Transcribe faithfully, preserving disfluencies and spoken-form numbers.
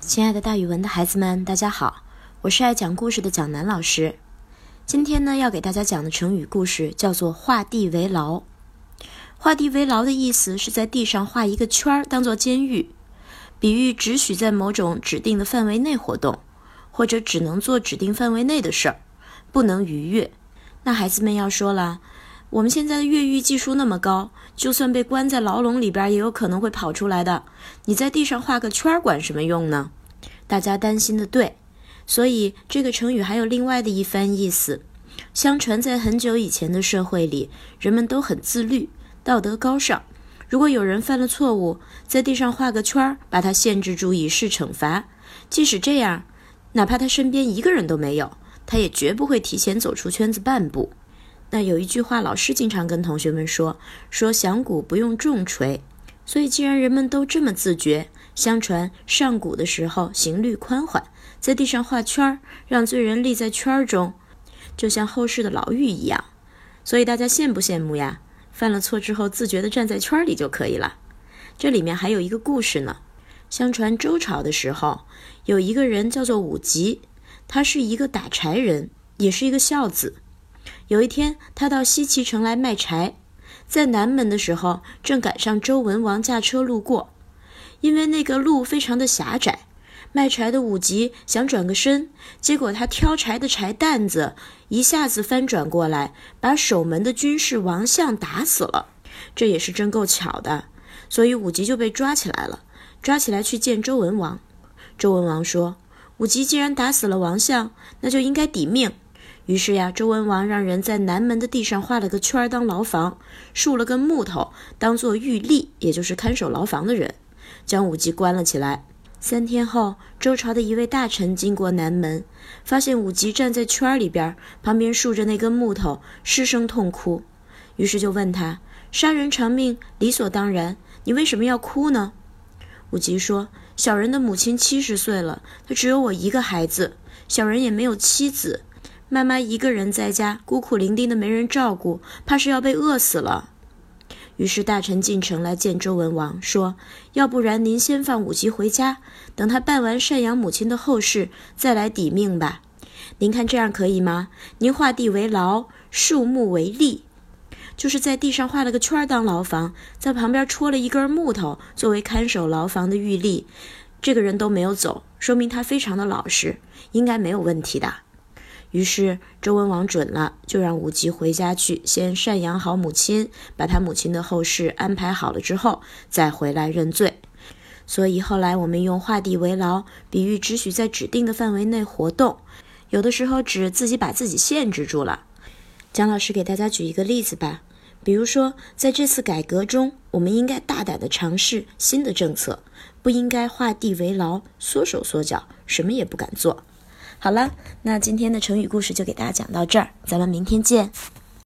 亲爱的大语文的孩子们，大家好，我是爱讲故事的蒋楠老师。今天呢，要给大家讲的成语故事叫做画地为牢。画地为牢的意思是在地上画一个圈当做监狱，比喻只许在某种指定的范围内活动，或者只能做指定范围内的事儿，不能逾越。那孩子们要说了，我们现在的越狱技术那么高，就算被关在牢笼里边也有可能会跑出来的，你在地上画个圈管什么用呢？大家担心的对，所以这个成语还有另外的一番意思。相传在很久以前的社会里，人们都很自律，道德高尚。如果有人犯了错误，在地上画个圈，把他限制住以示惩罚，即使这样，哪怕他身边一个人都没有，他也绝不会提前走出圈子半步。那有一句话老师经常跟同学们说，说响鼓不用重锤。所以既然人们都这么自觉，相传上鼓的时候行律宽缓，在地上画圈，让罪人立在圈中，就像后世的牢狱一样。所以大家羡不羡慕呀？犯了错之后自觉地站在圈里就可以了。这里面还有一个故事呢。相传周朝的时候，有一个人叫做武吉，他是一个打柴人，也是一个孝子。有一天他到西岐城来卖柴，在南门的时候正赶上周文王驾车路过，因为那个路非常的狭窄，卖柴的武吉想转个身，结果他挑柴的柴担子一下子翻转过来，把守门的军士王相打死了。这也是真够巧的，所以武吉就被抓起来了，抓起来去见周文王。周文王说，武吉既然打死了王相，那就应该抵命。于是呀，周文王让人在南门的地上画了个圈当牢房，竖了个木头当做狱吏，也就是看守牢房的人，将武吉关了起来。三天后，周朝的一位大臣经过南门，发现武吉站在圈里边，旁边竖着那根木头，失声痛哭。于是就问他，杀人偿命理所当然，你为什么要哭呢？武吉说，小人的母亲七十岁了，他只有我一个孩子，小人也没有妻子，妈妈一个人在家，孤苦伶仃的没人照顾，怕是要被饿死了。于是大臣进城来见周文王，说，要不然您先放武吉回家，等他办完赡养母亲的后事，再来抵命吧。您看这样可以吗？您画地为牢，树木为吏，就是在地上画了个圈当牢房，在旁边戳了一根木头作为看守牢房的狱吏，这个人都没有走，说明他非常的老实，应该没有问题的。于是周文王准了，就让武吉回家去，先赡养好母亲，把他母亲的后事安排好了之后，再回来认罪。所以后来我们用画地为牢，比喻只许在指定的范围内活动，有的时候指自己把自己限制住了。蒋老师给大家举一个例子吧，比如说在这次改革中，我们应该大胆地尝试新的政策，不应该画地为牢，缩手缩脚，什么也不敢做。好了，那今天的成语故事就给大家讲到这儿，咱们明天见。